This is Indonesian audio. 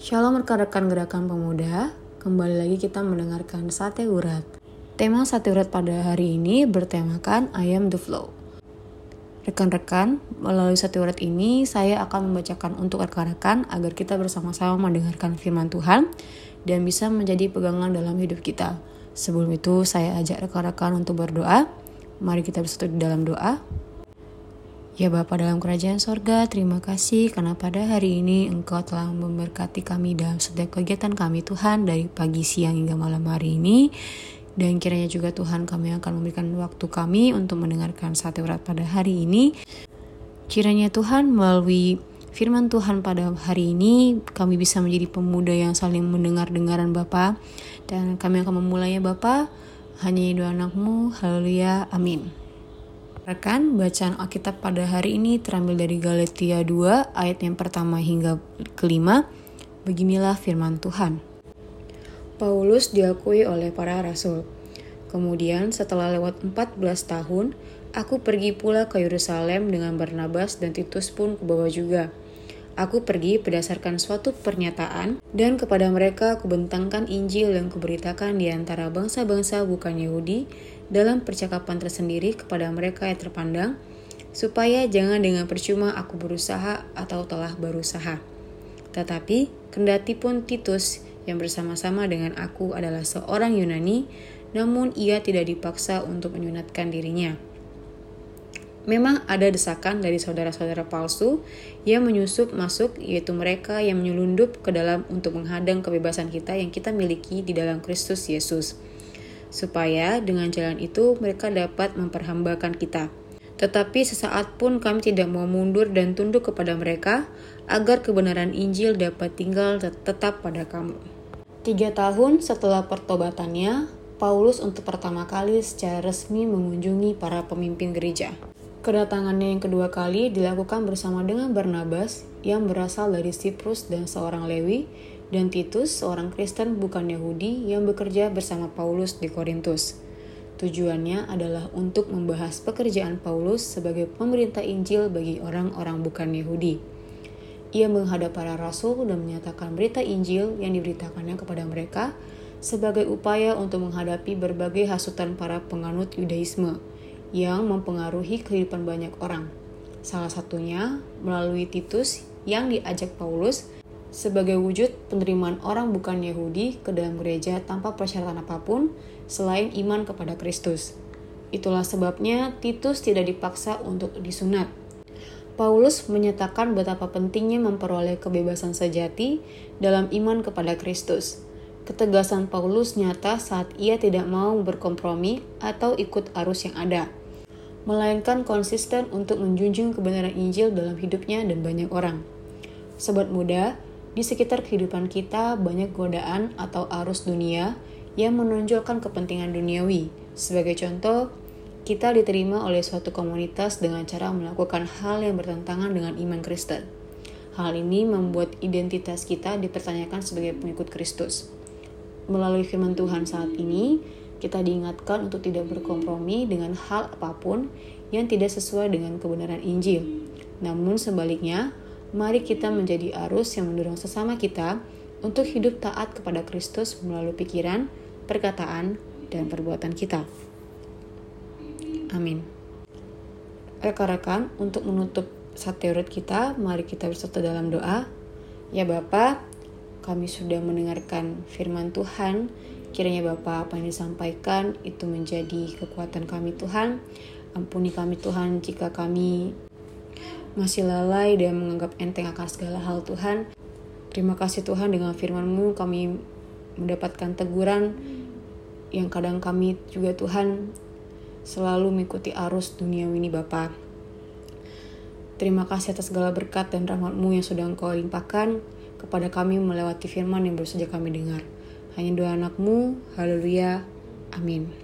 Shalom rekan-rekan Gerakan Pemuda, kembali lagi kita mendengarkan Sate Urat. Tema Sate Urat pada hari ini bertemakan I am the flow. Rekan-rekan, melalui Sate Urat ini saya akan membacakan untuk rekan-rekan agar kita bersama-sama mendengarkan firman Tuhan dan bisa menjadi pegangan dalam hidup kita. Sebelum itu saya ajak rekan-rekan untuk berdoa. Mari kita bersatu di dalam doa. Ya Bapa dalam kerajaan sorga, terima kasih karena pada hari ini Engkau telah memberkati kami dalam setiap kegiatan kami Tuhan dari pagi, siang hingga malam hari ini. Dan kiranya juga Tuhan kami akan memberikan waktu kami untuk mendengarkan Sate Urat pada hari ini. Kiranya Tuhan melalui firman Tuhan pada hari ini kami bisa menjadi pemuda yang saling mendengar-dengaran Bapa. Dan kami akan memulainya Bapa, hanya doa anak-Mu, haleluya, amin. Rekan, bacaan Alkitab pada hari ini terambil dari Galatia 2 ayat yang pertama hingga kelima. Beginilah firman Tuhan. Paulus diakui oleh para rasul. Kemudian setelah lewat 14 tahun, aku pergi pula ke Yerusalem dengan Barnabas dan Titus pun ke bawah juga. Aku pergi berdasarkan suatu pernyataan dan kepada mereka kubentangkan Injil yang kuberitakan di antara bangsa-bangsa bukan Yahudi dalam percakapan tersendiri kepada mereka yang terpandang, supaya jangan dengan percuma aku berusaha atau telah berusaha. Tetapi kendati pun Titus yang bersama-sama dengan aku adalah seorang Yunani, namun ia tidak dipaksa untuk menyunatkan dirinya. Memang ada desakan dari saudara-saudara palsu yang menyusup masuk, yaitu mereka yang menyelundup ke dalam untuk menghadang kebebasan kita yang kita miliki di dalam Kristus Yesus, supaya dengan jalan itu mereka dapat memperhambakan kita. Tetapi sesaat pun kami tidak mau mundur dan tunduk kepada mereka, agar kebenaran Injil dapat tinggal tetap pada kamu. 3 tahun setelah pertobatannya, Paulus untuk pertama kali secara resmi mengunjungi para pemimpin gereja. Kedatangannya yang kedua kali dilakukan bersama dengan Barnabas yang berasal dari Siprus dan seorang Lewi, dan Titus seorang Kristen bukan Yahudi yang bekerja bersama Paulus di Korintus. Tujuannya adalah untuk membahas pekerjaan Paulus sebagai pemberita Injil bagi orang-orang bukan Yahudi. Ia menghadap para rasul dan menyatakan berita Injil yang diberitakannya kepada mereka sebagai upaya untuk menghadapi berbagai hasutan para penganut Yudaisme yang mempengaruhi kehidupan banyak orang. Salah satunya melalui Titus yang diajak Paulus sebagai wujud penerimaan orang bukan Yahudi ke dalam gereja tanpa persyaratan apapun selain iman kepada Kristus. Itulah sebabnya Titus tidak dipaksa untuk disunat. Paulus menyatakan betapa pentingnya memperoleh kebebasan sejati dalam iman kepada Kristus. Ketegasan Paulus nyata saat ia tidak mau berkompromi atau ikut arus yang ada, melainkan konsisten untuk menjunjung kebenaran Injil dalam hidupnya dan banyak orang. Sobat muda, di sekitar kehidupan kita banyak godaan atau arus dunia yang menonjolkan kepentingan duniawi. Sebagai contoh, kita diterima oleh suatu komunitas dengan cara melakukan hal yang bertentangan dengan iman Kristen. Hal ini membuat identitas kita dipertanyakan sebagai pengikut Kristus. Melalui firman Tuhan saat ini, kita diingatkan untuk tidak berkompromi dengan hal apapun yang tidak sesuai dengan kebenaran Injil. Namun sebaliknya, mari kita menjadi arus yang mendorong sesama kita untuk hidup taat kepada Kristus melalui pikiran, perkataan, dan perbuatan kita. Amin. Rekan-rekan, untuk menutup Sate Urat kita, mari kita bersatu dalam doa. Ya Bapa, kami sudah mendengarkan firman Tuhan. Kiranya Bapa, apa yang disampaikan itu menjadi kekuatan kami Tuhan. Ampuni kami Tuhan jika kami masih lalai dan menganggap enteng akan segala hal Tuhan. Terima kasih Tuhan, dengan firman-Mu kami mendapatkan teguran yang kadang kami juga Tuhan selalu mengikuti arus duniawi ini Bapa. Terima kasih atas segala berkat dan rahmat-Mu yang sudah Engkau limpahkan kepada kami melewati firman yang baru saja kami dengar. Hanya doa anak-Mu, haleluya, amin.